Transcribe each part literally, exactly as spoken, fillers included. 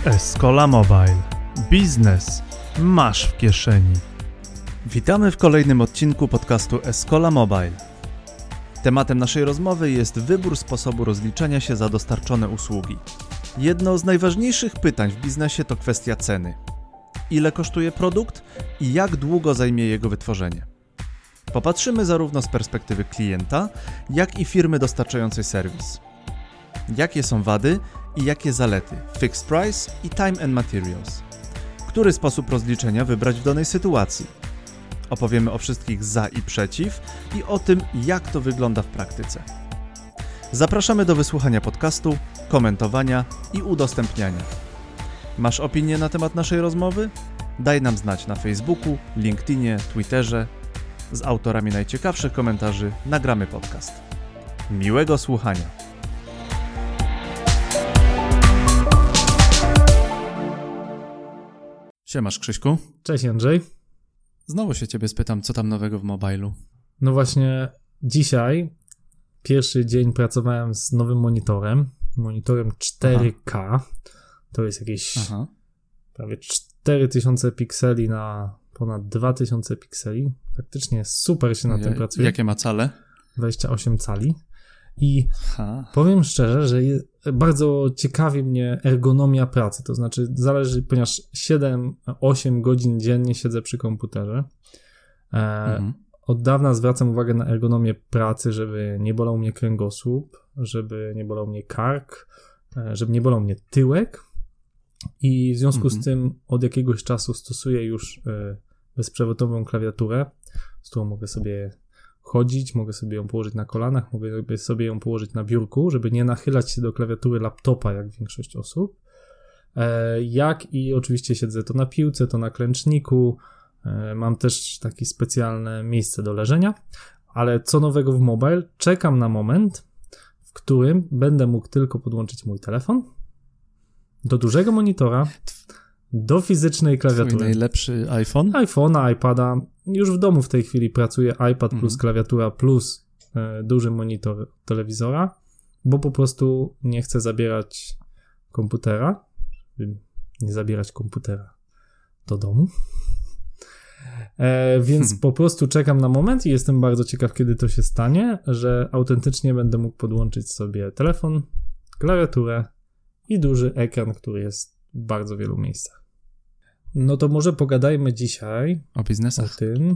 Escola Mobile. Biznes masz w kieszeni. Witamy w kolejnym odcinku podcastu Escola Mobile. Tematem naszej rozmowy jest wybór sposobu rozliczenia się za dostarczone usługi. Jedno z najważniejszych pytań w biznesie to kwestia ceny. Ile kosztuje produkt i jak długo zajmie jego wytworzenie? Popatrzymy zarówno z perspektywy klienta, jak i firmy dostarczającej serwis. Jakie są wady i jakie zalety fixed price i time and materials? Który sposób rozliczenia wybrać w danej sytuacji? Opowiemy o wszystkich za i przeciw i o tym, jak to wygląda w praktyce. Zapraszamy do wysłuchania podcastu, komentowania i udostępniania. Masz opinię na temat naszej rozmowy? Daj nam znać na Facebooku, LinkedInie, Twitterze. Z autorami najciekawszych komentarzy nagramy podcast. Miłego słuchania! Siemasz, Krzyśku. Cześć, Andrzej. Znowu się ciebie spytam, co tam nowego w mobilu? No właśnie dzisiaj pierwszy dzień pracowałem z nowym monitorem, monitorem cztery K. Aha. To jest jakieś Aha. prawie cztery tysiące pikseli na ponad dwa tysiące pikseli. Faktycznie super się na tym pracuje. Jakie ma cale? dwadzieścia osiem cali. I Aha. powiem szczerze, że je, bardzo ciekawi mnie ergonomia pracy, to znaczy zależy, ponieważ siedem osiem godzin dziennie siedzę przy komputerze. E, mhm. Od dawna zwracam uwagę na ergonomię pracy, żeby nie bolał mnie kręgosłup, żeby nie bolał mnie kark, e, żeby nie bolał mnie tyłek i w związku mhm. z tym od jakiegoś czasu stosuję już e, bezprzewodową klawiaturę, z którą mogę sobie chodzić, mogę sobie ją położyć na kolanach, mogę sobie ją położyć na biurku, żeby nie nachylać się do klawiatury laptopa, jak większość osób. E, jak i oczywiście siedzę to na piłce, to na klęczniku. E, mam też takie specjalne miejsce do leżenia. Ale co nowego w mobile? Czekam na moment, w którym będę mógł tylko podłączyć mój telefon do dużego monitora, do fizycznej klawiatury. Twój najlepszy iPhone? iPhone'a, iPada. Już w domu w tej chwili pracuje iPad mhm. plus klawiatura plus e, duży monitor telewizora, bo po prostu nie chcę zabierać komputera, nie zabierać komputera do domu. E, więc hmm. po prostu czekam na moment i jestem bardzo ciekaw, kiedy to się stanie, że autentycznie będę mógł podłączyć sobie telefon, klawiaturę i duży ekran, który jest w bardzo wielu miejscach. No to może pogadajmy dzisiaj o biznesach. O tym.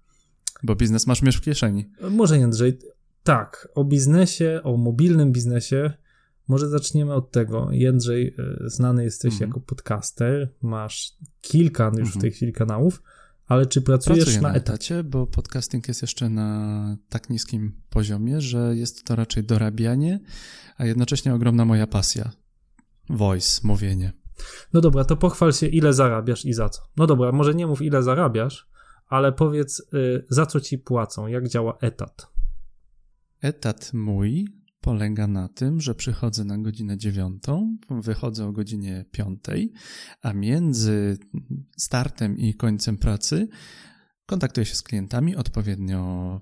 Bo biznes masz mieć w kieszeni. Może nie, Andrzej. Tak, o biznesie, o mobilnym biznesie. Może zaczniemy od tego. Jędrzej, znany jesteś mm-hmm. jako podcaster. Masz kilka już mm-hmm. w tej chwili kanałów, ale czy pracujesz Pracuję na, na etacie? etacie? Bo podcasting jest jeszcze na tak niskim poziomie, że jest to raczej dorabianie, a jednocześnie ogromna moja pasja. Voice, mówienie. No dobra, to pochwal się, ile zarabiasz i za co. No dobra, może nie mów, ile zarabiasz, ale powiedz, y, za co ci płacą, jak działa etat. Etat mój polega na tym, że przychodzę na godzinę dziewiątą, wychodzę o godzinie piątej, a między startem i końcem pracy kontaktuję się z klientami, odpowiednio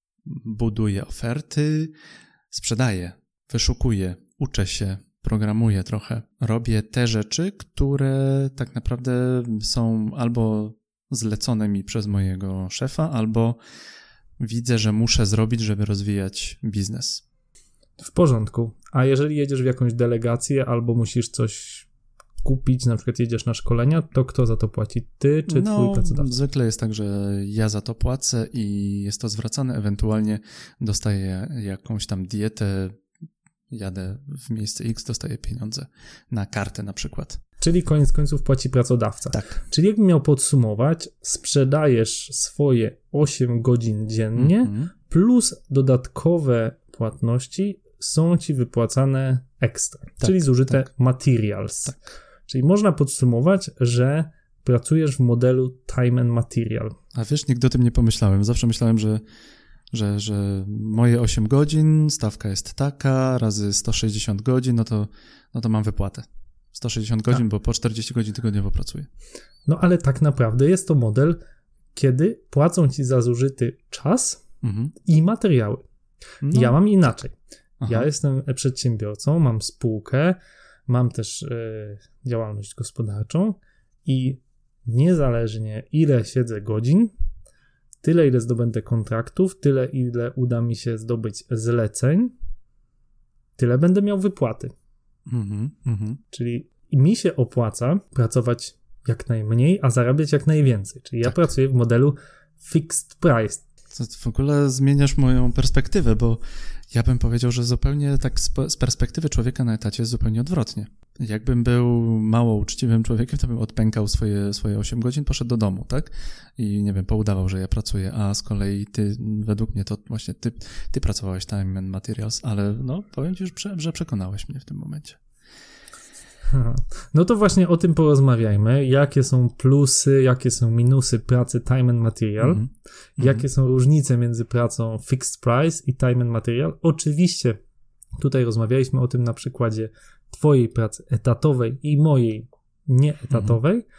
buduję oferty, sprzedaję, wyszukuję, uczę się, programuję trochę. Robię te rzeczy, które tak naprawdę są albo zlecone mi przez mojego szefa, albo widzę, że muszę zrobić, żeby rozwijać biznes. W porządku. A jeżeli jedziesz w jakąś delegację albo musisz coś kupić, na przykład jedziesz na szkolenia, to kto za to płaci? Ty czy no, twój pracodawca? Zwykle jest tak, że ja za to płacę i jest to zwracane, ewentualnie dostaję jakąś tam dietę, jadę w miejsce X, dostaję pieniądze na kartę na przykład. Czyli koniec końców płaci pracodawca. Tak. Czyli jakbym miał podsumować, sprzedajesz swoje osiem godzin dziennie mm-hmm. plus dodatkowe płatności są ci wypłacane ekstra, tak, czyli zużyte tak. materials. Tak. Czyli można podsumować, że pracujesz w modelu time and material. A wiesz, nigdy o tym nie pomyślałem. Zawsze myślałem, że Że, że moje osiem godzin, stawka jest taka, razy sto sześćdziesiąt godzin, no to, no to mam wypłatę. sto sześćdziesiąt godzin, bo po czterdzieści godzin tygodniowo pracuję. No ale tak naprawdę jest to model, kiedy płacą ci za zużyty czas mhm. i materiały. No. Ja mam inaczej. Aha. Ja jestem przedsiębiorcą, mam spółkę, mam też y, działalność gospodarczą i niezależnie ile siedzę godzin, tyle ile zdobędę kontraktów, tyle ile uda mi się zdobyć zleceń, tyle będę miał wypłaty. Mm-hmm, mm-hmm. Czyli mi się opłaca pracować jak najmniej, a zarabiać jak najwięcej. Czyli tak. Ja pracuję w modelu fixed price. To w ogóle zmieniasz moją perspektywę, bo ja bym powiedział, że zupełnie tak z perspektywy człowieka na etacie jest zupełnie odwrotnie. Jakbym był mało uczciwym człowiekiem, to bym odpękał swoje, swoje osiem godzin, poszedł do domu, tak? I nie wiem, poudawał, że ja pracuję, a z kolei ty, według mnie to właśnie ty, ty pracowałeś time and materials, ale no powiem ci, że przekonałeś mnie w tym momencie. No to właśnie o tym porozmawiajmy. Jakie są plusy, jakie są minusy pracy time and material, mm-hmm. jakie są różnice między pracą fixed price i time and material. Oczywiście tutaj rozmawialiśmy o tym na przykładzie twojej pracy etatowej i mojej nieetatowej mm-hmm.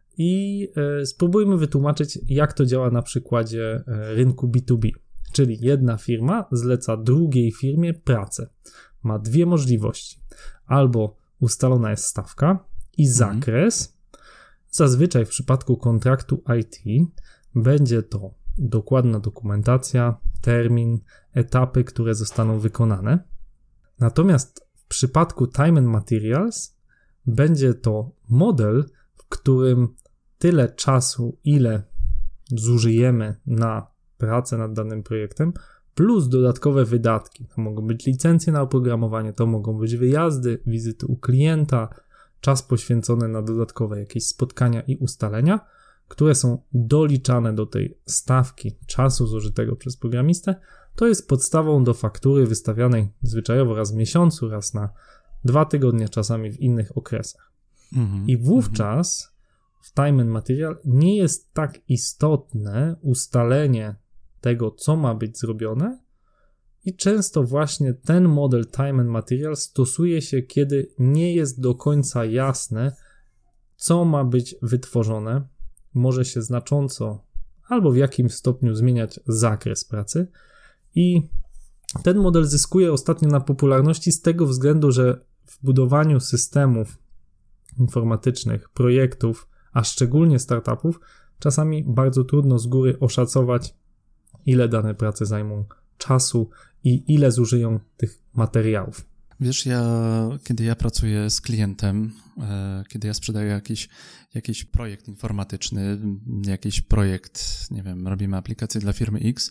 i e, spróbujmy wytłumaczyć, jak to działa na przykładzie e, rynku B dwa B. Czyli jedna firma zleca drugiej firmie pracę. Ma dwie możliwości. Albo ustalona jest stawka i zakres. Mhm. Zazwyczaj w przypadku kontraktu I T będzie to dokładna dokumentacja, termin, etapy, które zostaną wykonane. Natomiast w przypadku time and materials będzie to model, w którym tyle czasu, ile zużyjemy na pracę nad danym projektem, plus dodatkowe wydatki. To mogą być licencje na oprogramowanie, to mogą być wyjazdy, wizyty u klienta, czas poświęcony na dodatkowe jakieś spotkania i ustalenia, które są doliczane do tej stawki czasu zużytego przez programistę. To jest podstawą do faktury wystawianej zwyczajowo raz w miesiącu, raz na dwa tygodnie, czasami w innych okresach. Mm-hmm, I wówczas mm-hmm. w time and material nie jest tak istotne ustalenie tego, co ma być zrobione i często właśnie ten model time and material stosuje się, kiedy nie jest do końca jasne, co ma być wytworzone. Może się znacząco albo w jakimś stopniu zmieniać zakres pracy i ten model zyskuje ostatnio na popularności z tego względu, że w budowaniu systemów informatycznych, projektów, a szczególnie startupów, czasami bardzo trudno z góry oszacować, ile dane prace zajmą czasu i ile zużyją tych materiałów. Wiesz, ja, kiedy ja pracuję z klientem, e, kiedy ja sprzedaję jakiś, jakiś projekt informatyczny, jakiś projekt, nie wiem, robimy aplikację dla firmy X,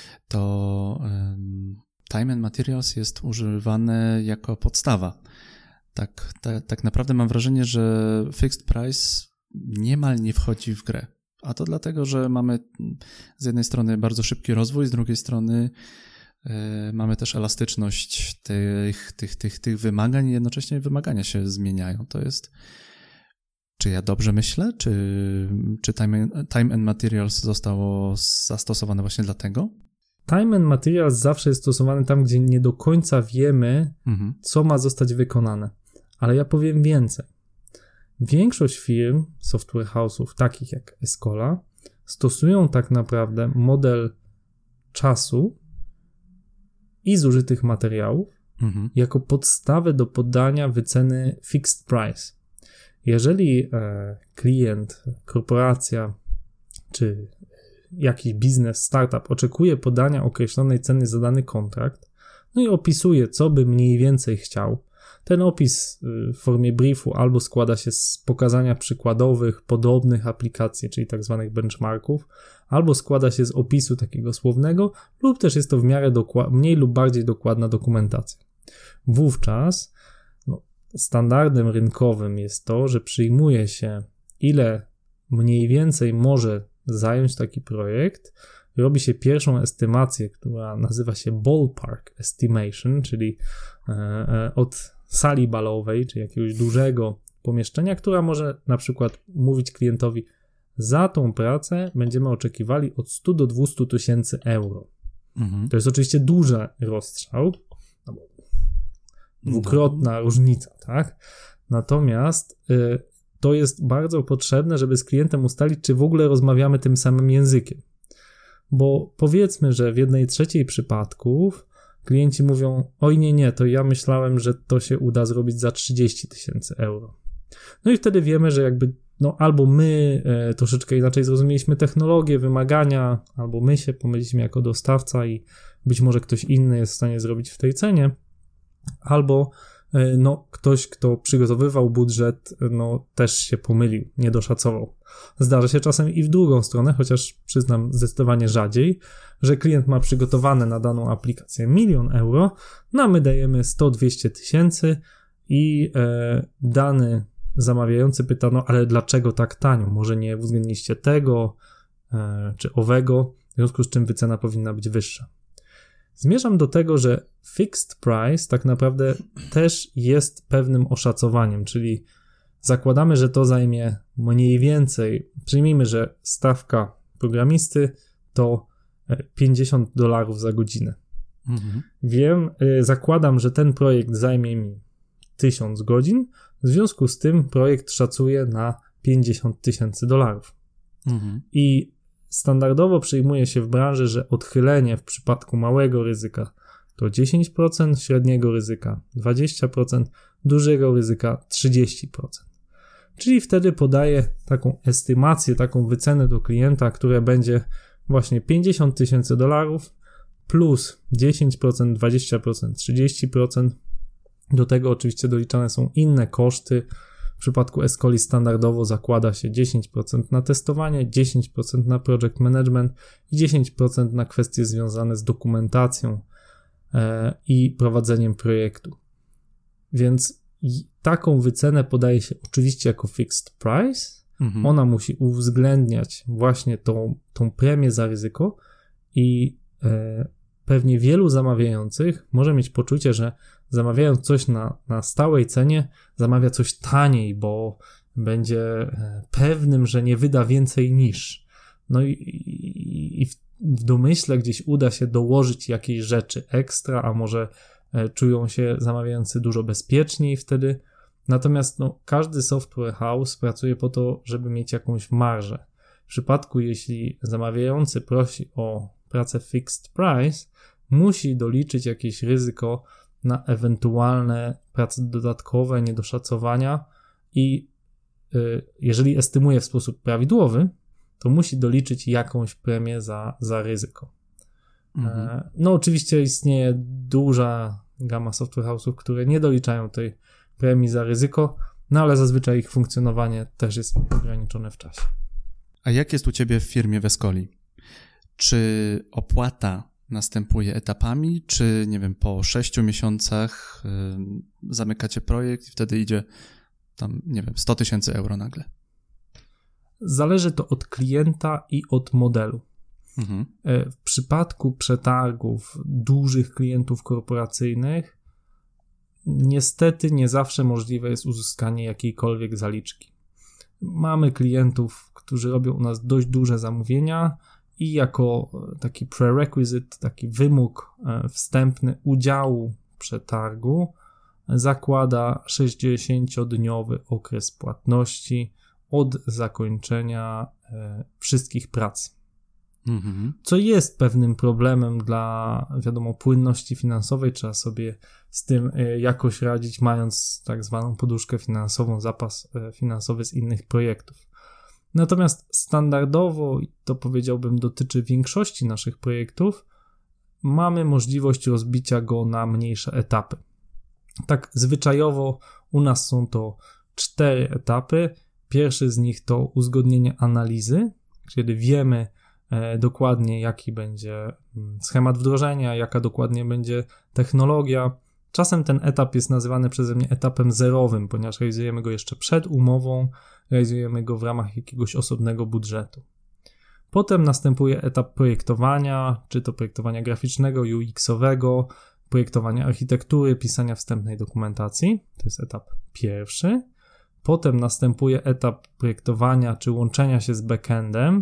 to e, time and materials jest używane jako podstawa. Tak, ta, tak naprawdę mam wrażenie, że fixed price niemal nie wchodzi w grę. A to dlatego, że mamy z jednej strony bardzo szybki rozwój, z drugiej strony y, mamy też elastyczność tych, tych, tych, tych wymagań i jednocześnie wymagania się zmieniają. To jest, czy ja dobrze myślę, czy, czy time, time and materials zostało zastosowane właśnie dlatego? Time and materials zawsze jest stosowany tam, gdzie nie do końca wiemy, mhm. co ma zostać wykonane. Ale ja powiem więcej. Większość firm, software house'ów, takich jak Escola, stosują tak naprawdę model czasu i zużytych materiałów mhm. jako podstawę do podania wyceny fixed price. Jeżeli e, klient, korporacja czy jakiś biznes, startup oczekuje podania określonej ceny za dany kontrakt, no i opisuje, co by mniej więcej chciał, ten opis w formie briefu albo składa się z pokazania przykładowych, podobnych aplikacji, czyli tak zwanych benchmarków, albo składa się z opisu takiego słownego, lub też jest to w miarę dokła- mniej lub bardziej dokładna dokumentacja. Wówczas no, standardem rynkowym jest to, że przyjmuje się, ile mniej więcej może zająć taki projekt, robi się pierwszą estymację, która nazywa się ballpark estimation, czyli e, e, od sali balowej, czy jakiegoś dużego pomieszczenia, która może na przykład mówić klientowi, za tą pracę będziemy oczekiwali od stu do dwustu tysięcy euro. Mhm. To jest oczywiście duży rozstrzał, no bo dwukrotna no. różnica, tak? Natomiast y, to jest bardzo potrzebne, żeby z klientem ustalić, czy w ogóle rozmawiamy tym samym językiem. Bo powiedzmy, że w jednej trzeciej przypadków klienci mówią, oj nie, nie, to ja myślałem, że to się uda zrobić za trzydzieści tysięcy euro. No i wtedy wiemy, że jakby no albo my e, troszeczkę inaczej zrozumieliśmy technologię, wymagania, albo my się pomyliliśmy jako dostawca i być może ktoś inny jest w stanie zrobić w tej cenie, albo e, no ktoś, kto przygotowywał budżet, no też się pomylił, nie doszacował. Zdarza się czasem i w drugą stronę, chociaż przyznam zdecydowanie rzadziej, że klient ma przygotowane na daną aplikację milion euro, no a my dajemy sto dwieście tysięcy i e, dany zamawiający pyta, no ale dlaczego tak tanio? Może nie uwzględniliście tego e, czy owego, w związku z czym wycena powinna być wyższa. Zmierzam do tego, że fixed price tak naprawdę też jest pewnym oszacowaniem, czyli zakładamy, że to zajmie mniej więcej, przyjmijmy, że stawka programisty to pięćdziesiąt dolarów za godzinę. Mhm. Wiem, y, zakładam, że ten projekt zajmie mi tysiąc godzin, w związku z tym projekt szacuje na pięćdziesiąt tysięcy dolarów. Mhm. I standardowo przyjmuje się w branży, że odchylenie w przypadku małego ryzyka to dziesięć procent, średniego ryzyka dwadzieścia procent, dużego ryzyka trzydzieści procent. Czyli wtedy podaję taką estymację, taką wycenę do klienta, która będzie właśnie pięćdziesiąt tysięcy dolarów plus dziesięć procent, dwadzieścia procent, trzydzieści procent. Do tego oczywiście doliczane są inne koszty. W przypadku Escoli standardowo zakłada się dziesięć procent na testowanie, dziesięć procent na project management i dziesięć procent na kwestie związane z dokumentacją e, i prowadzeniem projektu. Więc taką wycenę podaje się oczywiście jako fixed price. Mhm. Ona musi uwzględniać właśnie tą, tą premię za ryzyko i e, pewnie wielu zamawiających może mieć poczucie, że zamawiając coś na, na stałej cenie, zamawia coś taniej, bo będzie pewnym, że nie wyda więcej niż. No i, i, i w, w domyśle gdzieś uda się dołożyć jakieś rzeczy ekstra, a może e, czują się zamawiający dużo bezpieczniej wtedy. Natomiast no, każdy software house pracuje po to, żeby mieć jakąś marżę. W przypadku, jeśli zamawiający prosi o pracę fixed price, musi doliczyć jakieś ryzyko na ewentualne prace dodatkowe, niedoszacowania i y, jeżeli estymuje w sposób prawidłowy, to musi doliczyć jakąś premię za, za ryzyko. Mhm. E, no oczywiście istnieje duża gama software house'ów, które nie doliczają tej premii za ryzyko, no ale zazwyczaj ich funkcjonowanie też jest ograniczone w czasie. A jak jest u Ciebie w firmie w Escoli? Czy opłata następuje etapami, czy nie wiem, po sześciu miesiącach yy, zamykacie projekt i wtedy idzie tam, nie wiem, sto tysięcy euro nagle? Zależy to od klienta i od modelu. Mhm. W przypadku przetargów dużych klientów korporacyjnych niestety nie zawsze możliwe jest uzyskanie jakiejkolwiek zaliczki. Mamy klientów, którzy robią u nas dość duże zamówienia i jako taki prerequisite, taki wymóg wstępny udziału w przetargu zakłada sześćdziesięciodniowy okres płatności od zakończenia wszystkich prac. Mhm. Co jest pewnym problemem dla, wiadomo, płynności finansowej. Trzeba sobie z tym jakoś radzić, mając tak zwaną poduszkę finansową, zapas finansowy z innych projektów. Natomiast standardowo, i to powiedziałbym dotyczy większości naszych projektów, mamy możliwość rozbicia go na mniejsze etapy. Tak zwyczajowo u nas są to cztery etapy. Pierwszy z nich to uzgodnienie analizy, kiedy wiemy e, dokładnie jaki będzie schemat wdrożenia, jaka dokładnie będzie technologia. Czasem ten etap jest nazywany przeze mnie etapem zerowym, ponieważ realizujemy go jeszcze przed umową, realizujemy go w ramach jakiegoś osobnego budżetu. Potem następuje etap projektowania, czy to projektowania graficznego, U X-owego, projektowania architektury, pisania wstępnej dokumentacji. To jest etap pierwszy. Potem następuje etap projektowania, czy łączenia się z backendem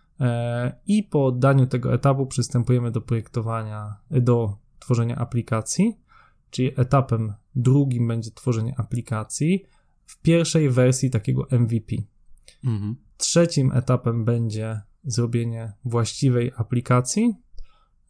i po oddaniu tego etapu przystępujemy do projektowania, do tworzenia aplikacji, czyli etapem drugim będzie tworzenie aplikacji w pierwszej wersji takiego M V P. Mhm. Trzecim etapem będzie zrobienie właściwej aplikacji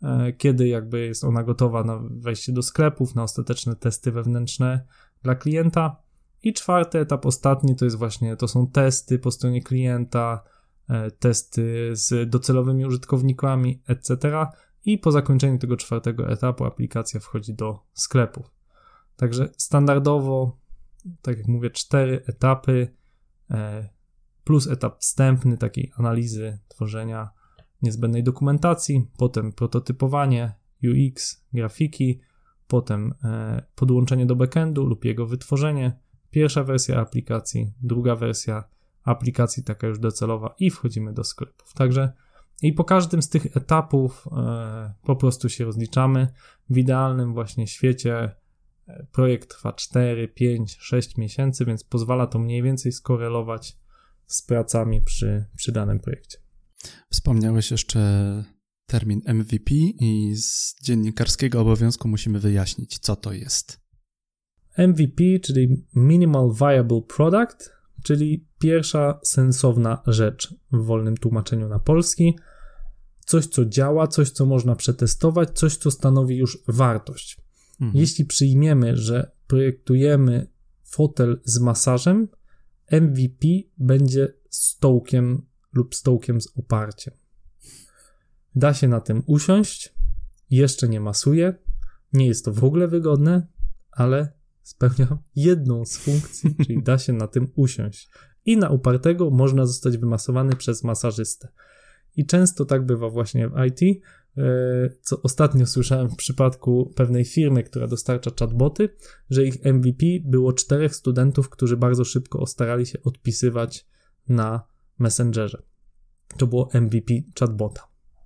kiedy jakby jest ona gotowa na wejście do sklepów, na ostateczne testy wewnętrzne dla klienta. I czwarty etap, ostatni, to jest właśnie, to są testy po stronie klienta, testy z docelowymi użytkownikami, et cetera. I po zakończeniu tego czwartego etapu aplikacja wchodzi do sklepów. Także standardowo, tak jak mówię, cztery etapy plus etap wstępny takiej analizy, tworzenia niezbędnej dokumentacji, potem prototypowanie, U X, grafiki, potem podłączenie do backendu lub jego wytworzenie, pierwsza wersja aplikacji, druga wersja aplikacji taka już docelowa i wchodzimy do sklepów. Także i po każdym z tych etapów e, po prostu się rozliczamy. W idealnym właśnie świecie e, projekt trwa cztery, pięć, sześć miesięcy, więc pozwala to mniej więcej skorelować z pracami przy, przy danym projekcie. Wspomniałeś jeszcze termin M V P i z dziennikarskiego obowiązku musimy wyjaśnić, co to jest. M V P, czyli Minimal Viable Product, czyli pierwsza sensowna rzecz w wolnym tłumaczeniu na polski. Coś, co działa, coś, co można przetestować, coś, co stanowi już wartość. Mhm. Jeśli przyjmiemy, że projektujemy fotel z masażem, M V P będzie stołkiem lub stołkiem z oparciem. Da się na tym usiąść, jeszcze nie masuje, nie jest to w ogóle wygodne, ale spełnia jedną z funkcji, czyli da się na tym usiąść. I na upartego można zostać wymasowany przez masażystę. I często tak bywa właśnie w I T, co ostatnio słyszałem w przypadku pewnej firmy, która dostarcza chatboty, że ich M V P było czterech studentów, którzy bardzo szybko starali się odpisywać na Messengerze. To było M V P chatbota.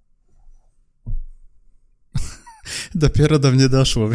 Dopiero do mnie doszło.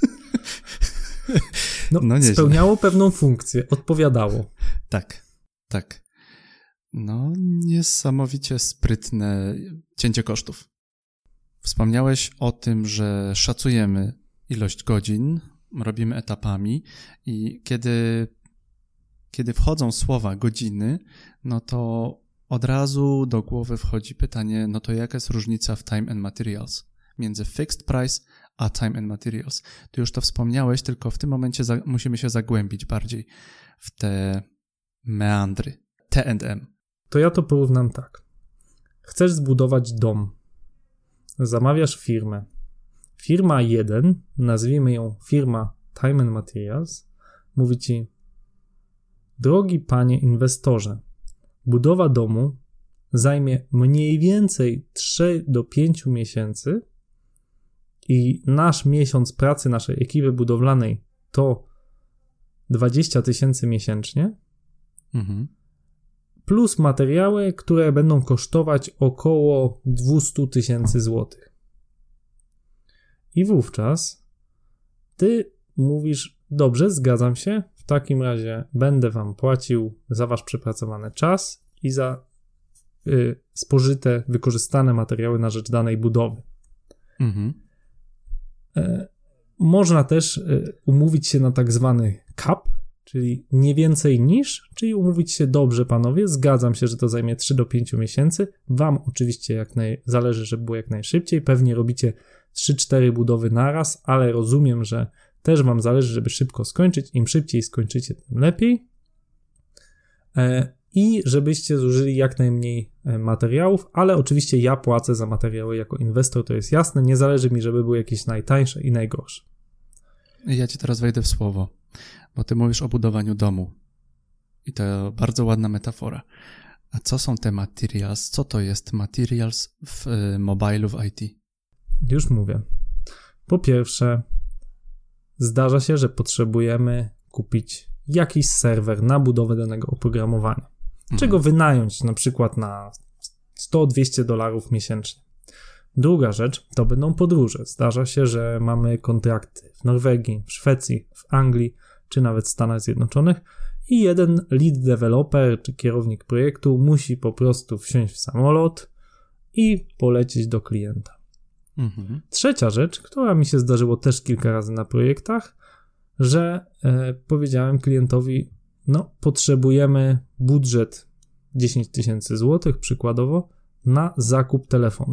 No, no spełniało pewną funkcję, odpowiadało. Tak, tak. No, niesamowicie sprytne cięcie kosztów. Wspomniałeś o tym, że szacujemy ilość godzin, robimy etapami i kiedy, kiedy wchodzą słowa godziny, no to od razu do głowy wchodzi pytanie, no to jaka jest różnica w time and materials między fixed price a time and materials. Ty już to wspomniałeś, tylko w tym momencie za- musimy się zagłębić bardziej w te meandry, T and M. To ja to porównam tak. Chcesz zbudować dom. Zamawiasz firmę. Firma jeden, nazwijmy ją firma Time and Materials, mówi ci: drogi panie inwestorze, budowa domu zajmie mniej więcej trzy do pięciu miesięcy i nasz miesiąc pracy naszej ekipy budowlanej to dwadzieścia tysięcy miesięcznie, mhm. plus materiały, które będą kosztować około dwieście tysięcy złotych. I wówczas ty mówisz: dobrze, zgadzam się, w takim razie będę wam płacił za wasz przepracowany czas i za y, spożyte, wykorzystane materiały na rzecz danej budowy. Mhm. Y, można też y, umówić się na tak zwany cap, czyli nie więcej niż, czyli umówić się: dobrze panowie, zgadzam się, że to zajmie trzy do pięciu miesięcy, wam oczywiście jak naj, zależy, żeby było jak najszybciej, pewnie robicie trzy cztery budowy naraz, ale rozumiem, że też wam zależy, żeby szybko skończyć, im szybciej skończycie, tym lepiej e, i żebyście zużyli jak najmniej materiałów, ale oczywiście ja płacę za materiały jako inwestor, to jest jasne, nie zależy mi, żeby były jakieś najtańsze i najgorsze. Ja ci teraz wejdę w słowo, bo ty mówisz o budowaniu domu i to bardzo ładna metafora. A co są te materials? Co to jest materials w y, mobilu w I T? Już mówię. Po pierwsze, zdarza się, że potrzebujemy kupić jakiś serwer na budowę danego oprogramowania. Mhm. Czego wynająć na przykład na sto do dwustu dolarów miesięcznie. Druga rzecz to będą podróże. Zdarza się, że mamy kontrakty w Norwegii, w Szwecji, w Anglii, czy nawet w Stanach Zjednoczonych i jeden lead developer czy kierownik projektu musi po prostu wsiąść w samolot i polecieć do klienta. Mhm. Trzecia rzecz, która mi się zdarzyło też kilka razy na projektach, że e, powiedziałem klientowi: no potrzebujemy budżet dziesięć tysięcy złotych przykładowo na zakup telefonu.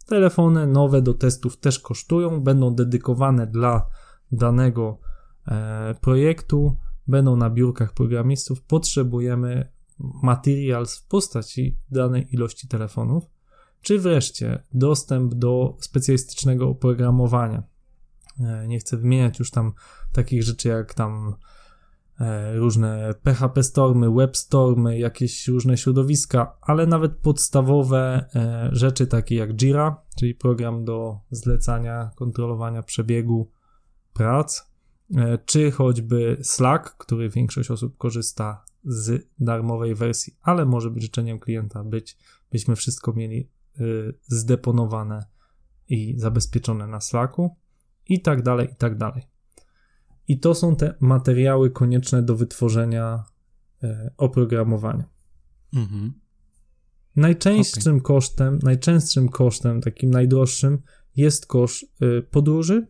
Telefony nowe do testów też kosztują, będą dedykowane dla danego e, projektu, będą na biurkach programistów. Potrzebujemy materials w postaci danej ilości telefonów, czy wreszcie dostęp do specjalistycznego oprogramowania. E, nie chcę wymieniać już tam takich rzeczy jak tam e, różne P H P Stormy, Web Stormy, jakieś różne środowiska, ale nawet podstawowe e, rzeczy takie jak Jira, czyli program do zlecania, kontrolowania przebiegu prac, e, czy choćby Slack, który większość osób korzysta z darmowej wersji, ale może być życzeniem klienta być, byśmy wszystko mieli y, zdeponowane i zabezpieczone na Slacku i tak dalej, i tak dalej. I to są te materiały konieczne do wytworzenia y, oprogramowania. Mhm. Najczęstszym okay. kosztem, najczęstszym kosztem, takim najdroższym jest koszt y, podróży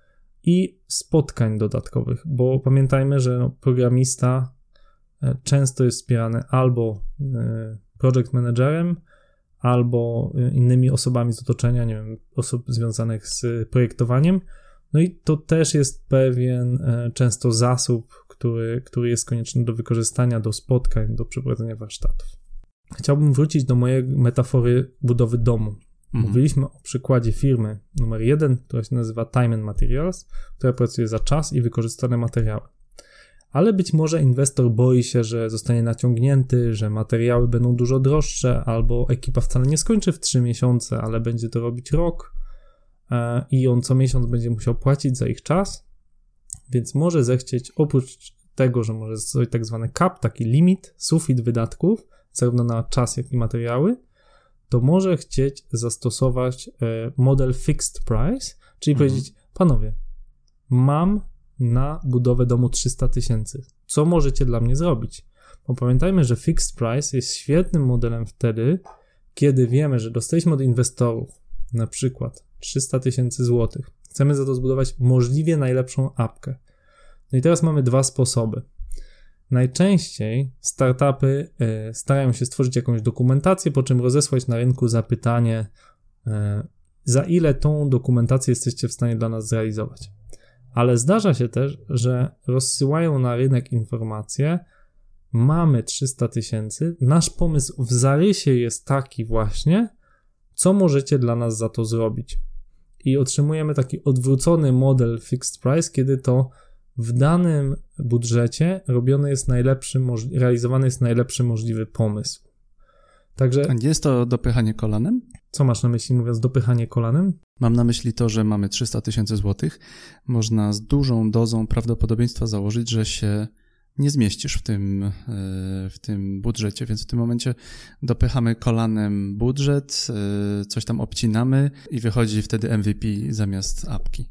i spotkań dodatkowych, bo pamiętajmy, że no, programista często jest wspierany albo project managerem, albo innymi osobami z otoczenia, nie wiem, osób związanych z projektowaniem. No i to też jest pewien często zasób, który, który jest konieczny do wykorzystania, do spotkań, do przeprowadzenia warsztatów. Chciałbym wrócić do mojej metafory budowy domu. Mhm. Mówiliśmy o przykładzie firmy numer jeden, która się nazywa Time and Materials, która pracuje za czas i wykorzystane materiały. Ale być może inwestor boi się, że zostanie naciągnięty, że materiały będą dużo droższe, albo ekipa wcale nie skończy w trzy miesiące, ale będzie to robić rok e, i on co miesiąc będzie musiał płacić za ich czas, więc może zechcieć, oprócz tego, że może zrobić tak zwany cap, taki limit, sufit wydatków, zarówno na czas, jak i materiały, to może chcieć zastosować e, model fixed price, czyli mhm. powiedzieć, panowie, mam na budowę domu trzysta tysięcy. Co możecie dla mnie zrobić? Bo pamiętajmy, że fixed price jest świetnym modelem wtedy, kiedy wiemy, że dostaliśmy od inwestorów na przykład trzysta tysięcy złotych. Chcemy za to zbudować możliwie najlepszą apkę. No i teraz mamy dwa sposoby. Najczęściej startupy y, starają się stworzyć jakąś dokumentację, po czym rozesłać na rynku zapytanie, y, za ile tą dokumentację jesteście w stanie dla nas zrealizować. Ale zdarza się też, że rozsyłają na rynek informacje, mamy trzysta tysięcy, nasz pomysł w zarysie jest taki właśnie, co możecie dla nas za to zrobić. I otrzymujemy taki odwrócony model fixed price, kiedy to w danym budżecie robiony jest najlepszy, realizowany jest najlepszy możliwy pomysł. Także... A nie jest to dopychanie kolanem? Co masz na myśli, mówiąc dopychanie kolanem? Mam na myśli to, że mamy trzysta tysięcy złotych. Można z dużą dozą prawdopodobieństwa założyć, że się nie zmieścisz w tym, w tym budżecie, więc w tym momencie dopychamy kolanem budżet, coś tam obcinamy i wychodzi wtedy M V P zamiast apki.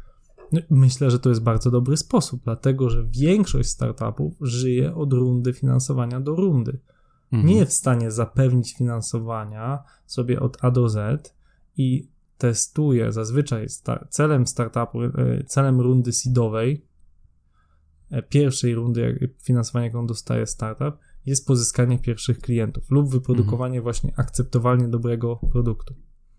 Myślę, że to jest bardzo dobry sposób, dlatego że większość startupów żyje od rundy finansowania do rundy. Mhm. Nie jest w stanie zapewnić finansowania sobie od A do Z i testuje, zazwyczaj sta- celem startupu, celem rundy seedowej, pierwszej rundy finansowania, jaką dostaje startup, jest pozyskanie pierwszych klientów lub wyprodukowanie mhm. właśnie akceptowalnie dobrego produktu.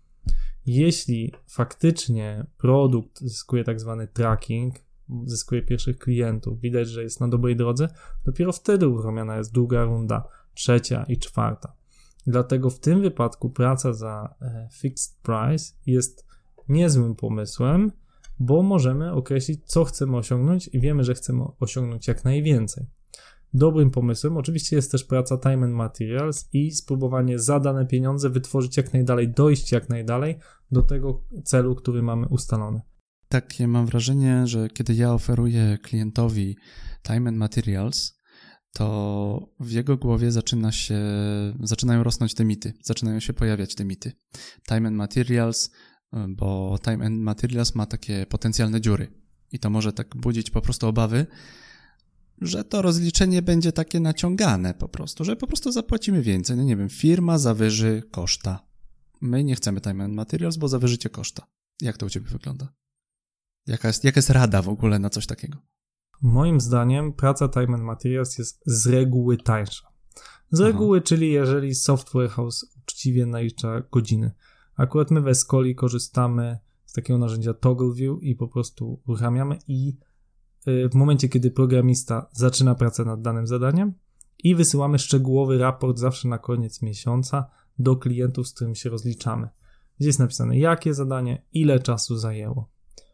Jeśli faktycznie produkt zyskuje tak zwany tracking, zyskuje pierwszych klientów, widać, że jest na dobrej drodze, dopiero wtedy uruchomiona jest druga runda, trzecia i czwarta. Dlatego w tym wypadku praca za fixed price jest niezłym pomysłem, bo możemy określić, co chcemy osiągnąć i wiemy, że chcemy osiągnąć jak najwięcej. Dobrym pomysłem oczywiście jest też praca time and materials i spróbowanie za dane pieniądze wytworzyć jak najdalej, dojść jak najdalej do tego celu, który mamy ustalony. Takie mam wrażenie, że kiedy ja oferuję klientowi time and materials, to w jego głowie zaczyna się, zaczynają rosnąć te mity, zaczynają się pojawiać te mity. Time and materials, bo time and materials ma takie potencjalne dziury i to może tak budzić po prostu obawy, że to rozliczenie będzie takie naciągane po prostu, że po prostu zapłacimy więcej. No nie wiem, firma zawyży koszta. My nie chcemy time and materials, bo zawyżycie koszta. Jak to u ciebie wygląda? Jaka jest, jaka jest rada w ogóle na coś takiego? Moim zdaniem praca time and materials jest z reguły tańsza. Z reguły, Aha. czyli jeżeli software house uczciwie nalicza godziny. Akurat my w Escoli korzystamy z takiego narzędzia Toggle View i po prostu uruchamiamy i w momencie, kiedy programista zaczyna pracę nad danym zadaniem i wysyłamy szczegółowy raport zawsze na koniec miesiąca do klientów, z którym się rozliczamy. Gdzie jest napisane, jakie zadanie, ile czasu zajęło.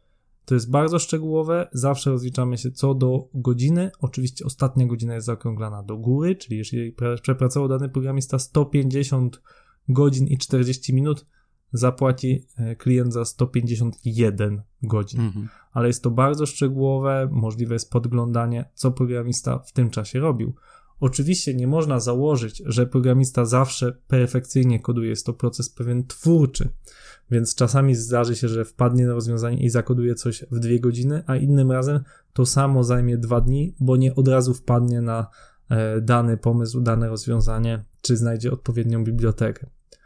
To jest bardzo szczegółowe, zawsze rozliczamy się co do godziny. Oczywiście ostatnia godzina jest zaokrąglana do góry, czyli jeżeli przepracował dany programista sto pięćdziesiąt godzin i czterdzieści minut, zapłaci klient za sto pięćdziesiąt jeden godzin. Mhm. Ale jest to bardzo szczegółowe, możliwe jest podglądanie, co programista w tym czasie robił. Oczywiście nie można założyć, że programista zawsze perfekcyjnie koduje, jest to proces pewien twórczy, więc czasami zdarzy się, że wpadnie na rozwiązanie i zakoduje coś w dwie godziny, a innym razem to samo zajmie dwa dni, bo nie od razu wpadnie na e, dany pomysł, dane rozwiązanie, czy znajdzie odpowiednią bibliotekę.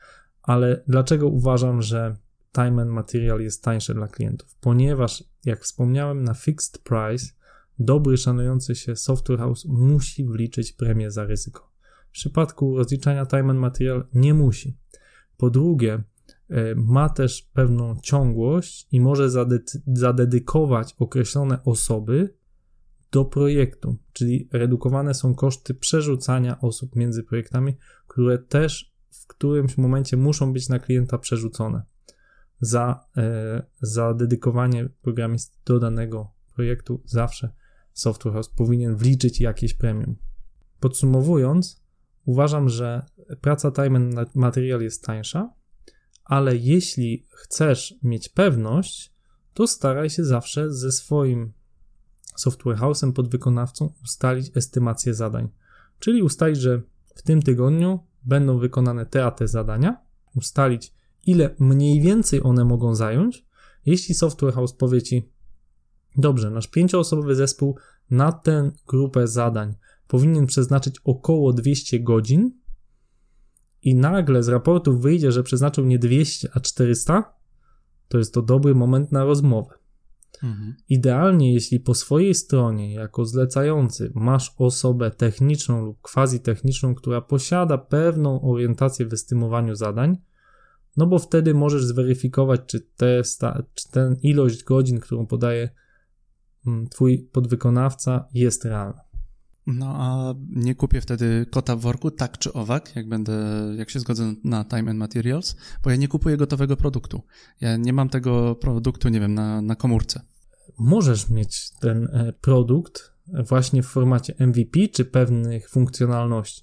Ale dlaczego uważam, że time and material jest tańsze dla klientów? Ponieważ, jak wspomniałem, na fixed price dobry, szanujący się software house musi wliczyć premię za ryzyko. W przypadku rozliczania time and material nie musi. Po drugie, ma też pewną ciągłość i może zade- zadedykować określone osoby do projektu, czyli redukowane są koszty przerzucania osób między projektami, które też w którymś momencie muszą być na klienta przerzucone za, e, za dedykowanie programisty do danego projektu. Zawsze software house powinien wliczyć jakieś premium. Podsumowując, uważam, że praca time and material jest tańsza, ale jeśli chcesz mieć pewność, to staraj się zawsze ze swoim software house'em, podwykonawcą ustalić estymację zadań. Czyli ustalić, że w tym tygodniu będą wykonane te a te zadania, ustalić, ile mniej więcej one mogą zająć. Jeśli software house powie ci, dobrze, nasz pięcioosobowy zespół na tę grupę zadań powinien przeznaczyć około dwieście godzin i nagle z raportów wyjdzie, że przeznaczył nie dwieście, a czterysta, to jest to dobry moment na rozmowę. Mhm. Idealnie, jeśli po swojej stronie jako zlecający masz osobę techniczną lub quasi-techniczną, która posiada pewną orientację w estymowaniu zadań, no bo wtedy możesz zweryfikować, czy, te sta- czy ten ilość godzin, którą podaje twój podwykonawca, jest realna. No a nie kupię wtedy kota w worku, tak czy owak, jak będę, jak się zgodzę na time and materials, bo ja nie kupuję gotowego produktu. Ja nie mam tego produktu, nie wiem, na, na komórce. Możesz mieć ten produkt właśnie w formacie M V P czy pewnych funkcjonalności.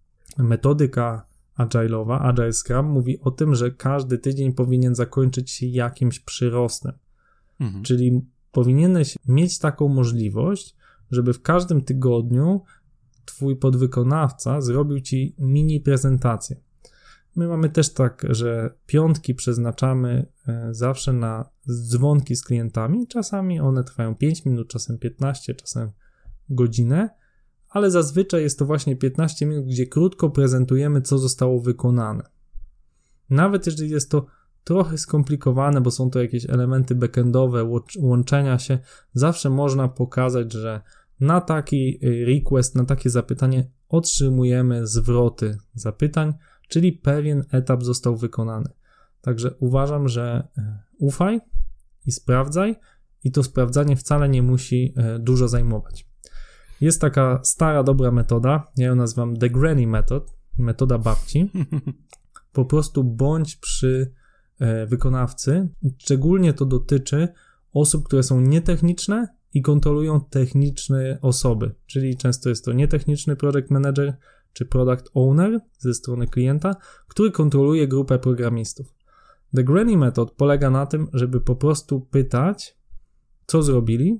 Metodyka agile'owa, Agile Scrum, mówi o tym, że każdy tydzień powinien zakończyć się jakimś przyrostem. Mhm. Czyli powinieneś mieć taką możliwość, żeby w każdym tygodniu twój podwykonawca zrobił ci mini prezentację. My mamy też tak, że piątki przeznaczamy zawsze na dzwonki z klientami. Czasami one trwają pięć minut, czasem piętnaście, czasem godzinę, ale zazwyczaj jest to właśnie piętnaście minut, gdzie krótko prezentujemy, co zostało wykonane. Nawet jeżeli jest to trochę skomplikowane, bo są to jakieś elementy backendowe, łączenia się, zawsze można pokazać, że na taki request, na takie zapytanie otrzymujemy zwroty zapytań, czyli pewien etap został wykonany. Także uważam, że ufaj i sprawdzaj i to sprawdzanie wcale nie musi dużo zajmować. Jest taka stara, dobra metoda, ja ją nazywam The Granny Method, metoda babci. Po prostu bądź przy wykonawcy. Szczególnie to dotyczy osób, które są nietechniczne i kontrolują techniczne osoby, czyli często jest to nietechniczny project manager czy product owner ze strony klienta, który kontroluje grupę programistów. The Granny Method polega na tym, żeby po prostu pytać, co zrobili,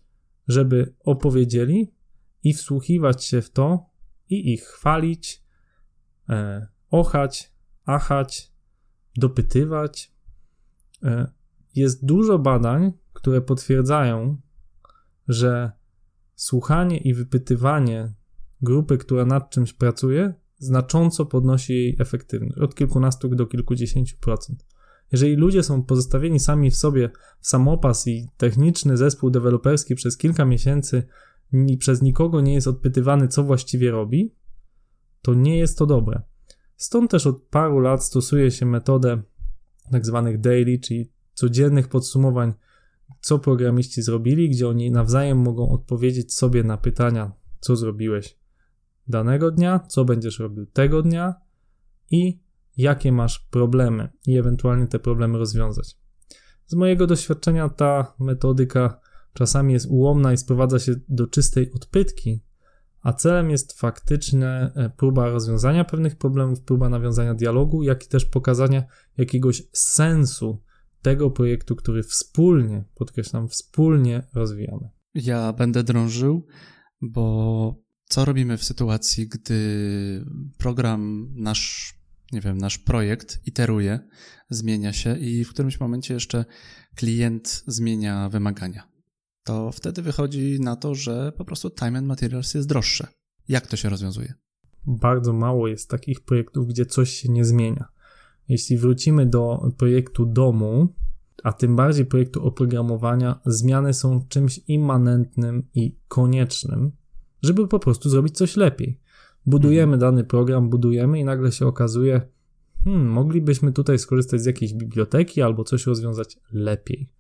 żeby opowiedzieli i wsłuchiwać się w to i ich chwalić, e, ochać, achać, dopytywać. E, jest dużo badań, które potwierdzają, że słuchanie i wypytywanie grupy, która nad czymś pracuje, znacząco podnosi jej efektywność, od kilkunastu do kilkudziesięciu procent. Jeżeli ludzie są pozostawieni sami w sobie w samopas i techniczny zespół deweloperski przez kilka miesięcy i przez nikogo nie jest odpytywany, co właściwie robi, to nie jest to dobre. Stąd też od paru lat stosuje się metodę tak zwanych daily, czyli codziennych podsumowań, co programiści zrobili, gdzie oni nawzajem mogą odpowiedzieć sobie na pytania, co zrobiłeś danego dnia, co będziesz robił tego dnia i jakie masz problemy i ewentualnie te problemy rozwiązać. Z mojego doświadczenia ta metodyka czasami jest ułomna i sprowadza się do czystej odpytki, a celem jest faktyczna próba rozwiązania pewnych problemów, próba nawiązania dialogu, jak i też pokazania jakiegoś sensu tego projektu, który wspólnie, podkreślam, wspólnie rozwijamy. Ja będę drążył, bo co robimy w sytuacji, gdy program nasz, nie wiem, nasz projekt iteruje, zmienia się i w którymś momencie jeszcze klient zmienia wymagania? To wtedy wychodzi na to, że po prostu time and materials jest droższe. Jak to się rozwiązuje? Bardzo mało jest takich projektów, gdzie coś się nie zmienia. Jeśli wrócimy do projektu domu, a tym bardziej projektu oprogramowania, zmiany są czymś immanentnym i koniecznym, żeby po prostu zrobić coś lepiej. Budujemy mhm. dany program, budujemy i nagle się okazuje, hmm, moglibyśmy tutaj skorzystać z jakiejś biblioteki albo coś rozwiązać lepiej.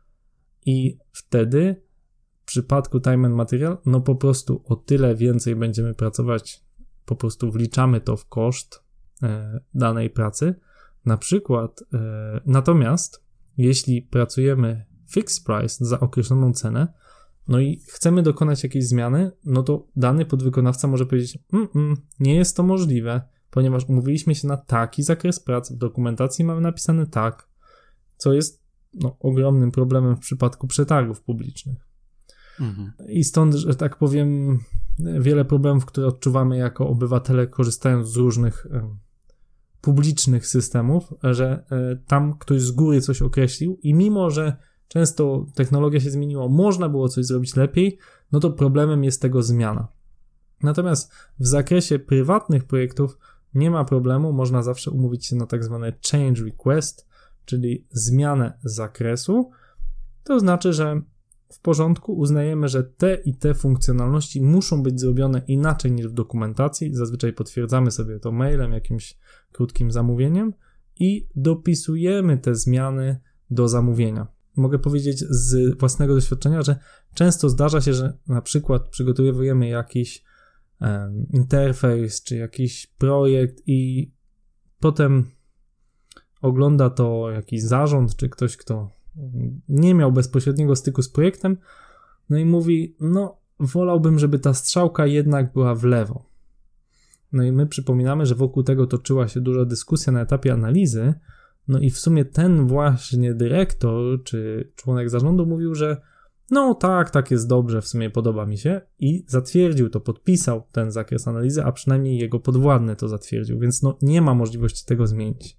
I wtedy w przypadku time and material, no po prostu o tyle więcej będziemy pracować, po prostu wliczamy to w koszt e, danej pracy. Na przykład, e, natomiast jeśli pracujemy fixed price za określoną cenę, no i chcemy dokonać jakiejś zmiany, no to dany podwykonawca może powiedzieć, mm, nie jest to możliwe, ponieważ umówiliśmy się na taki zakres prac, w dokumentacji mamy napisane tak, co jest no, ogromnym problemem w przypadku przetargów publicznych. Mhm. I stąd, że tak powiem, wiele problemów, które odczuwamy jako obywatele, korzystając z różnych um, publicznych systemów, że um, tam ktoś z góry coś określił i mimo, że często technologia się zmieniła, można było coś zrobić lepiej, no to problemem jest tego zmiana. Natomiast w zakresie prywatnych projektów nie ma problemu, można zawsze umówić się na tak zwane change request, czyli zmianę zakresu. To znaczy, że w porządku uznajemy, że te i te funkcjonalności muszą być zrobione inaczej niż w dokumentacji. Zazwyczaj potwierdzamy sobie to mailem, jakimś krótkim zamówieniem i dopisujemy te zmiany do zamówienia. Mogę powiedzieć z własnego doświadczenia, że często zdarza się, że na przykład przygotowujemy jakiś um, interfejs czy jakiś projekt i potem ogląda to jakiś zarząd czy ktoś, kto nie miał bezpośredniego styku z projektem, no i mówi, no wolałbym, żeby ta strzałka jednak była w lewo. No i my przypominamy, że wokół tego toczyła się duża dyskusja na etapie analizy, no i w sumie ten właśnie dyrektor czy członek zarządu mówił, że no tak, tak jest dobrze, w sumie podoba mi się i zatwierdził to, podpisał ten zakres analizy, a przynajmniej jego podwładny to zatwierdził, więc no nie ma możliwości tego zmienić.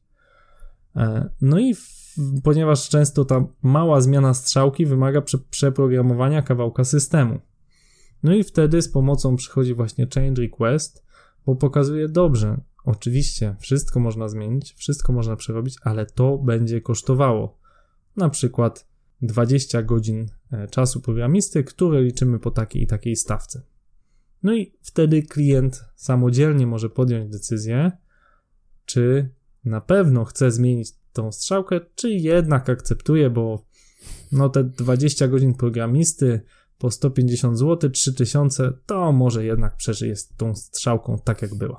No i w, ponieważ często ta mała zmiana strzałki wymaga prze, przeprogramowania kawałka systemu. No i wtedy z pomocą przychodzi właśnie change request, bo pokazuje dobrze, oczywiście wszystko można zmienić, wszystko można przerobić, ale to będzie kosztowało. Na przykład dwadzieścia godzin czasu programisty, które liczymy po takiej i takiej stawce. No i wtedy klient samodzielnie może podjąć decyzję, czy na pewno chce zmienić tą strzałkę, czy jednak akceptuje, bo no te dwadzieścia godzin programisty po sto pięćdziesiąt złotych, trzy tysiące, to może jednak przeżyje z tą strzałką tak jak była.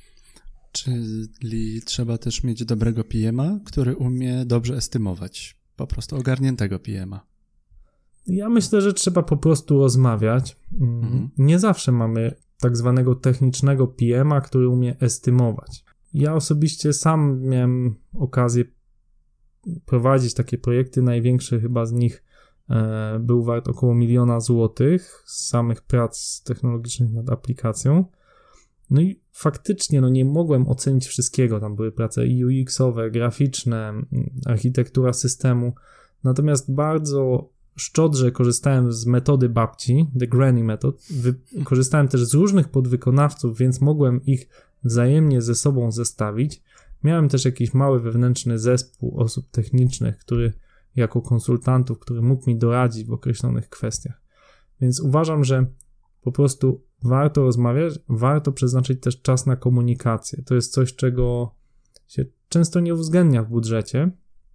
Czyli trzeba też mieć dobrego P M a, który umie dobrze estymować. Po prostu ogarniętego P M a. Ja myślę, że trzeba po prostu rozmawiać. Mhm. Nie zawsze mamy tak zwanego technicznego P M a, który umie estymować. Ja osobiście sam miałem okazję prowadzić takie projekty. Największy chyba z nich e, był wart około miliona złotych z samych prac technologicznych nad aplikacją. No i faktycznie no nie mogłem ocenić wszystkiego. Tam były prace U X-owe, graficzne, architektura systemu. Natomiast bardzo szczodrze korzystałem z metody babci, the granny method. Wy- korzystałem też z różnych podwykonawców, więc mogłem ich wzajemnie ze sobą zestawić. Miałem też jakiś mały wewnętrzny zespół osób technicznych, który jako konsultantów, który mógł mi doradzić w określonych kwestiach. Więc uważam, że po prostu warto rozmawiać, warto przeznaczyć też czas na komunikację. To jest coś, czego się często nie uwzględnia w budżecie,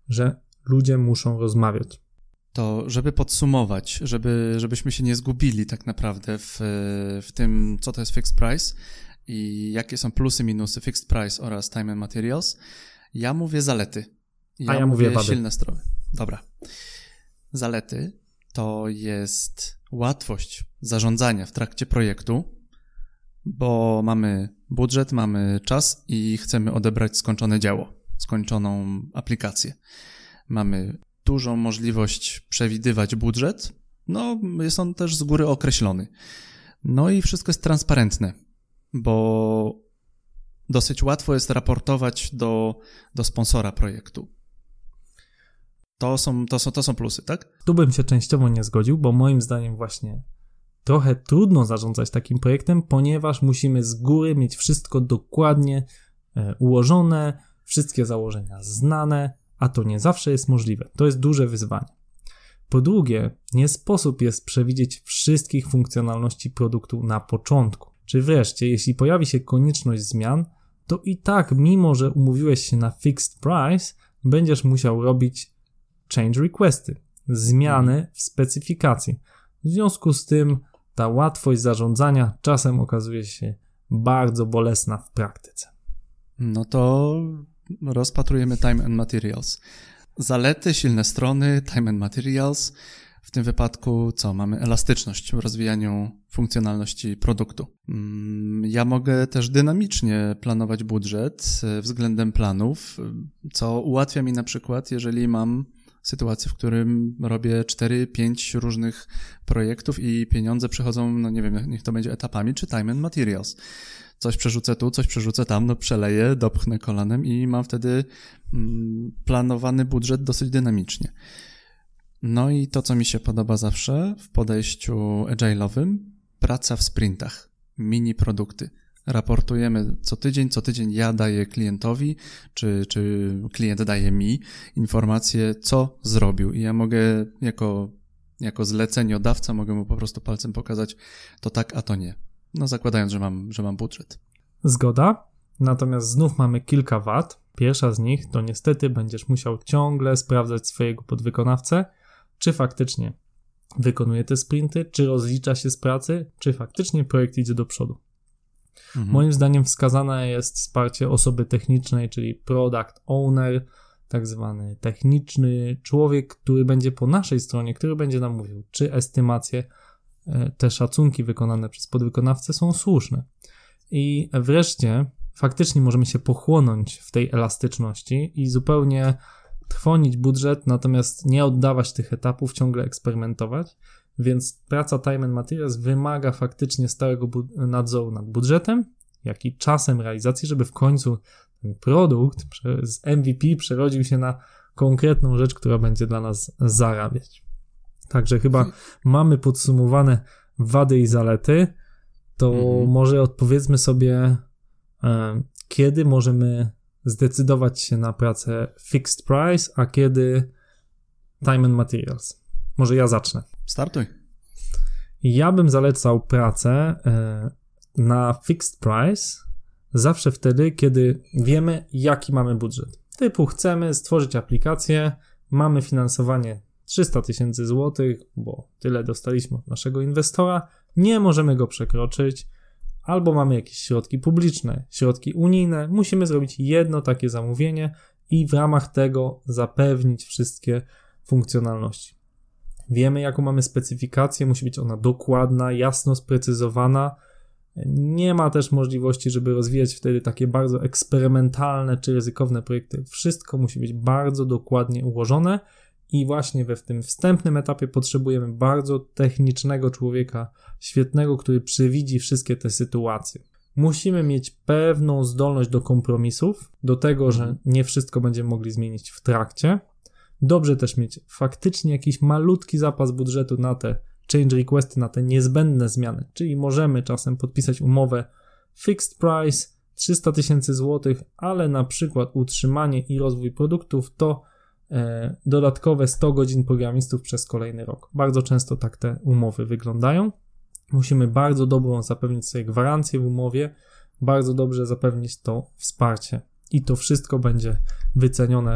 że ludzie muszą rozmawiać. To żeby podsumować, żeby, żebyśmy się nie zgubili tak naprawdę w, w tym, co to jest fixed price i jakie są plusy, minusy fixed price oraz time and materials, ja mówię zalety. Ja A ja mówię mówię wady. silne strony. Dobra. Zalety to jest łatwość zarządzania w trakcie projektu, bo mamy budżet, mamy czas i chcemy odebrać skończone dzieło, skończoną aplikację. Mamy dużą możliwość przewidywać budżet, no jest on też z góry określony. No i wszystko jest transparentne, bo dosyć łatwo jest raportować do, do sponsora projektu. To są, to, są, to są plusy, tak? Tu bym się częściowo nie zgodził, bo moim zdaniem właśnie trochę trudno zarządzać takim projektem, ponieważ musimy z góry mieć wszystko dokładnie e, ułożone, wszystkie założenia znane, a to nie zawsze jest możliwe. To jest duże wyzwanie. Po drugie, nie sposób jest przewidzieć wszystkich funkcjonalności produktu na początku. Czy wreszcie, jeśli pojawi się konieczność zmian, to i tak, mimo że umówiłeś się na fixed price, będziesz musiał robić change requesty, zmiany w specyfikacji. W związku z tym ta łatwość zarządzania czasem okazuje się bardzo bolesna w praktyce. No to rozpatrujemy time and materials. Zalety, silne strony, time and materials. W tym wypadku co? Mamy elastyczność w rozwijaniu funkcjonalności produktu. Ja mogę też dynamicznie planować budżet względem planów, co ułatwia mi na przykład, jeżeli mam sytuację, w którym robię cztery pięć różnych projektów i pieniądze przychodzą, no nie wiem, niech to będzie etapami, czy time and materials. Coś przerzucę tu, coś przerzucę tam, no przeleję, dopchnę kolanem i mam wtedy mm, planowany budżet dosyć dynamicznie. No i to, co mi się podoba zawsze w podejściu agile'owym, praca w sprintach, mini produkty. Raportujemy co tydzień, co tydzień ja daję klientowi, czy, czy klient daje mi informację, co zrobił i ja mogę jako, jako zleceniodawca mogę mu po prostu palcem pokazać to tak, a to nie. No zakładając, że mam, że mam budżet. Zgoda, natomiast znów mamy kilka wad. Pierwsza z nich to niestety będziesz musiał ciągle sprawdzać swojego podwykonawcę, czy faktycznie wykonuje te sprinty, czy rozlicza się z pracy, czy faktycznie projekt idzie do przodu. Mhm. Moim zdaniem wskazane jest wsparcie osoby technicznej, czyli product owner, tak zwany techniczny człowiek, który będzie po naszej stronie, który będzie nam mówił, czy estymacje, te szacunki wykonane przez podwykonawcę są słuszne. I wreszcie faktycznie możemy się pochłonąć w tej elastyczności i zupełnie trwonić budżet, natomiast nie oddawać tych etapów, ciągle eksperymentować, więc praca time and materials wymaga faktycznie stałego bu- nadzoru nad budżetem, jak i czasem realizacji, żeby w końcu ten produkt z M V P przerodził się na konkretną rzecz, która będzie dla nas zarabiać. Także chyba hmm. mamy podsumowane wady i zalety, to hmm. może odpowiedzmy sobie, e, kiedy możemy zdecydować się na pracę fixed price, a kiedy time and materials. Może ja zacznę. Startuj. Ja bym zalecał pracę e, na fixed price zawsze wtedy, kiedy wiemy, jaki mamy budżet. Typu chcemy stworzyć aplikację, mamy finansowanie trzysta tysięcy złotych, bo tyle dostaliśmy od naszego inwestora, nie możemy go przekroczyć, albo mamy jakieś środki publiczne, środki unijne, musimy zrobić jedno takie zamówienie i w ramach tego zapewnić wszystkie funkcjonalności. Wiemy, jaką mamy specyfikację, musi być ona dokładna, jasno sprecyzowana. Nie ma też możliwości, żeby rozwijać wtedy takie bardzo eksperymentalne czy ryzykowne projekty. Wszystko musi być bardzo dokładnie ułożone i właśnie we w tym wstępnym etapie potrzebujemy bardzo technicznego człowieka, świetnego, który przewidzi wszystkie te sytuacje. Musimy mieć pewną zdolność do kompromisów, do tego, że nie wszystko będziemy mogli zmienić w trakcie. Dobrze też mieć faktycznie jakiś malutki zapas budżetu na te change requesty, na te niezbędne zmiany, czyli możemy czasem podpisać umowę fixed price trzysta tysięcy złotych, ale na przykład utrzymanie i rozwój produktów to e, dodatkowe sto godzin programistów przez kolejny rok. Bardzo często tak te umowy wyglądają. Musimy bardzo dobrą zapewnić sobie gwarancję w umowie, bardzo dobrze zapewnić to wsparcie i to wszystko będzie wycenione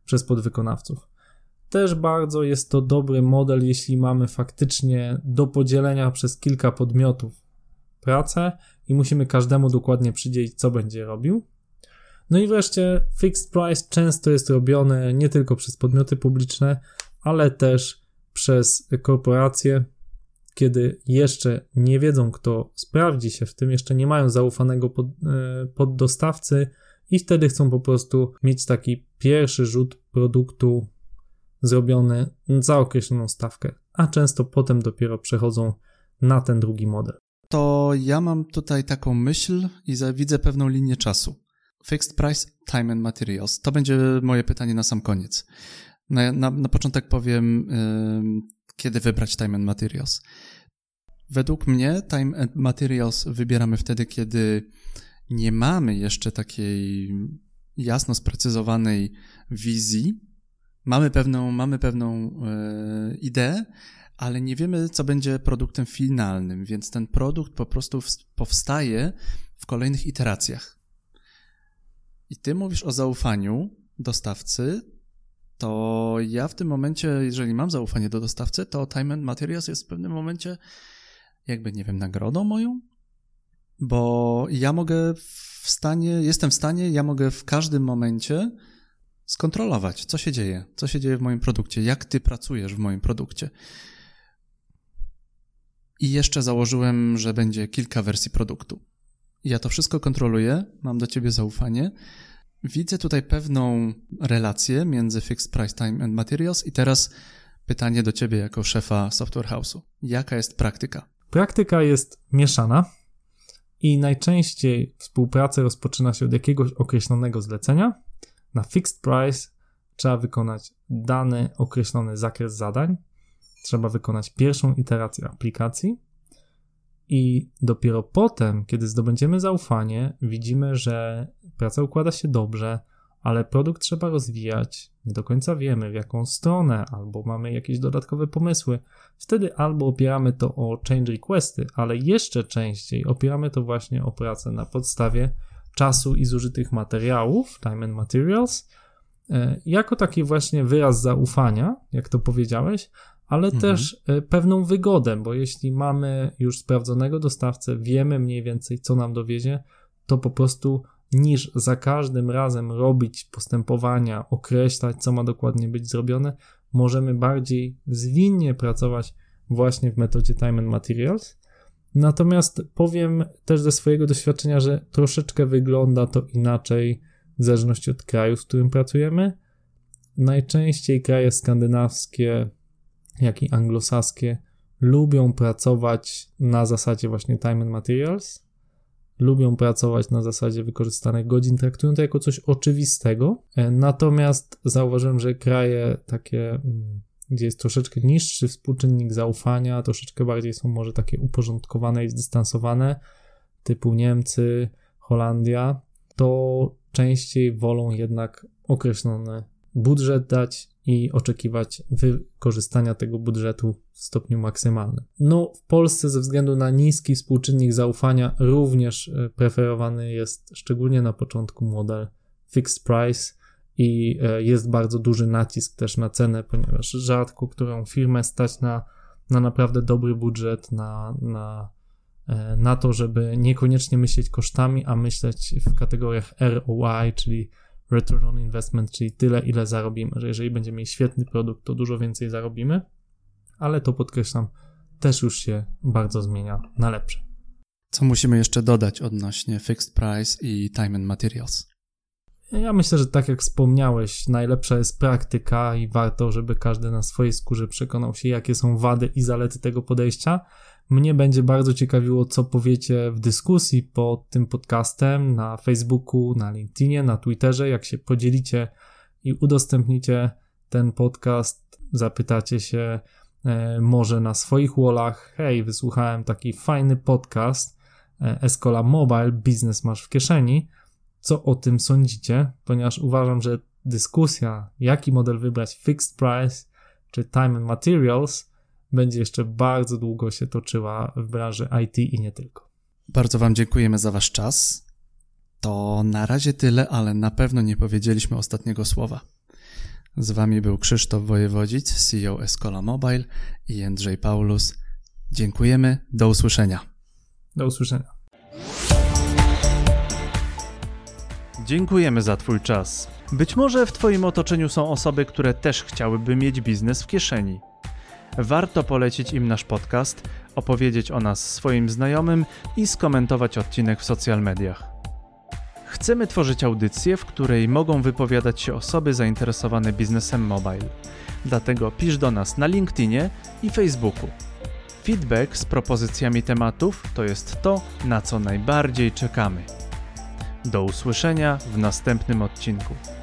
przez podwykonawców. Też bardzo jest to dobry model, jeśli mamy faktycznie do podzielenia przez kilka podmiotów pracę i musimy każdemu dokładnie przydzielić, co będzie robił. No i wreszcie fixed price często jest robione nie tylko przez podmioty publiczne, ale też przez korporacje, kiedy jeszcze nie wiedzą, kto sprawdzi się w tym, jeszcze nie mają zaufanego pod, yy, poddostawcy i wtedy chcą po prostu mieć taki pierwszy rzut produktu zrobiony za określoną stawkę, a często potem dopiero przechodzą na ten drugi model. To ja mam tutaj taką myśl i za, widzę pewną linię czasu. Fixed price, time and materials. To będzie moje pytanie na sam koniec. Na, na, na początek powiem, yy, kiedy wybrać time and materials. Według mnie time and materials wybieramy wtedy, kiedy nie mamy jeszcze takiej jasno sprecyzowanej wizji. Mamy pewną, mamy pewną yy, ideę, ale nie wiemy, co będzie produktem finalnym, więc ten produkt po prostu w, powstaje w kolejnych iteracjach. I ty mówisz o zaufaniu dostawcy, to ja w tym momencie, jeżeli mam zaufanie do dostawcy, to time and materials jest w pewnym momencie jakby, nie wiem, nagrodą moją, bo ja mogę w stanie, jestem w stanie, ja mogę w każdym momencie skontrolować, co się dzieje, co się dzieje w moim produkcie, jak ty pracujesz w moim produkcie. I jeszcze założyłem, że będzie kilka wersji produktu. Ja to wszystko kontroluję, mam do ciebie zaufanie. Widzę tutaj pewną relację między fixed price, time and materials i teraz pytanie do ciebie jako szefa software house'u. Jaka jest praktyka? Praktyka jest mieszana i najczęściej współpraca rozpoczyna się od jakiegoś określonego zlecenia. Na fixed price trzeba wykonać dany określony zakres zadań, trzeba wykonać pierwszą iterację aplikacji i dopiero potem, kiedy zdobędziemy zaufanie, widzimy, że praca układa się dobrze, ale produkt trzeba rozwijać, nie do końca wiemy w jaką stronę, albo mamy jakieś dodatkowe pomysły. Wtedy albo opieramy to o change requesty, ale jeszcze częściej opieramy to właśnie o pracę na podstawie czasu i zużytych materiałów, time and materials, jako taki właśnie wyraz zaufania, jak to powiedziałeś, ale mhm. też pewną wygodę, bo jeśli mamy już sprawdzonego dostawcę, wiemy mniej więcej, co nam dowiezie, to po prostu niż za każdym razem robić postępowania, określać, co ma dokładnie być zrobione, możemy bardziej zwinnie pracować właśnie w metodzie time and materials. Natomiast powiem też ze swojego doświadczenia, że troszeczkę wygląda to inaczej w zależności od kraju, z którym pracujemy. Najczęściej kraje skandynawskie, jak i anglosaskie lubią pracować na zasadzie właśnie time and materials, lubią pracować na zasadzie wykorzystanych godzin, traktują to jako coś oczywistego. Natomiast zauważyłem, że kraje takie, gdzie jest troszeczkę niższy współczynnik zaufania, troszeczkę bardziej są może takie uporządkowane i zdystansowane, typu Niemcy, Holandia, to częściej wolą jednak określony budżet dać i oczekiwać wykorzystania tego budżetu w stopniu maksymalnym. No, w Polsce ze względu na niski współczynnik zaufania również preferowany jest szczególnie na początku model fixed price i jest bardzo duży nacisk też na cenę, ponieważ rzadko którą firmę stać na, na naprawdę dobry budżet, na, na, na to, żeby niekoniecznie myśleć kosztami, a myśleć w kategoriach R O I, czyli Return on Investment, czyli tyle, ile zarobimy, że jeżeli będziemy mieli świetny produkt, to dużo więcej zarobimy, ale to podkreślam, też już się bardzo zmienia na lepsze. Co musimy jeszcze dodać odnośnie fixed price i time and materials? Ja myślę, że tak jak wspomniałeś, najlepsza jest praktyka i warto, żeby każdy na swojej skórze przekonał się, jakie są wady i zalety tego podejścia. Mnie będzie bardzo ciekawiło, co powiecie w dyskusji pod tym podcastem na Facebooku, na LinkedInie, na Twitterze, jak się podzielicie i udostępnicie ten podcast, zapytacie się e, może na swoich wallach, hej, wysłuchałem taki fajny podcast e, Escola Mobile, biznes masz w kieszeni, co o tym sądzicie, ponieważ uważam, że dyskusja, jaki model wybrać, fixed price czy time and materials, będzie jeszcze bardzo długo się toczyła w branży I T i nie tylko. Bardzo wam dziękujemy za wasz czas. To na razie tyle, ale na pewno nie powiedzieliśmy ostatniego słowa. Z Wami był Krzysztof Wojewodzic, C E O Escola Mobile i Jędrzej Paulus. Dziękujemy, do usłyszenia. Do usłyszenia. Dziękujemy za Twój czas. Być może w Twoim otoczeniu są osoby, które też chciałyby mieć biznes w kieszeni. Warto polecić im nasz podcast, opowiedzieć o nas swoim znajomym i skomentować odcinek w social mediach. Chcemy tworzyć audycję, w której mogą wypowiadać się osoby zainteresowane biznesem mobile. Dlatego pisz do nas na LinkedInie i Facebooku. Feedback z propozycjami tematów to jest to, na co najbardziej czekamy. Do usłyszenia w następnym odcinku.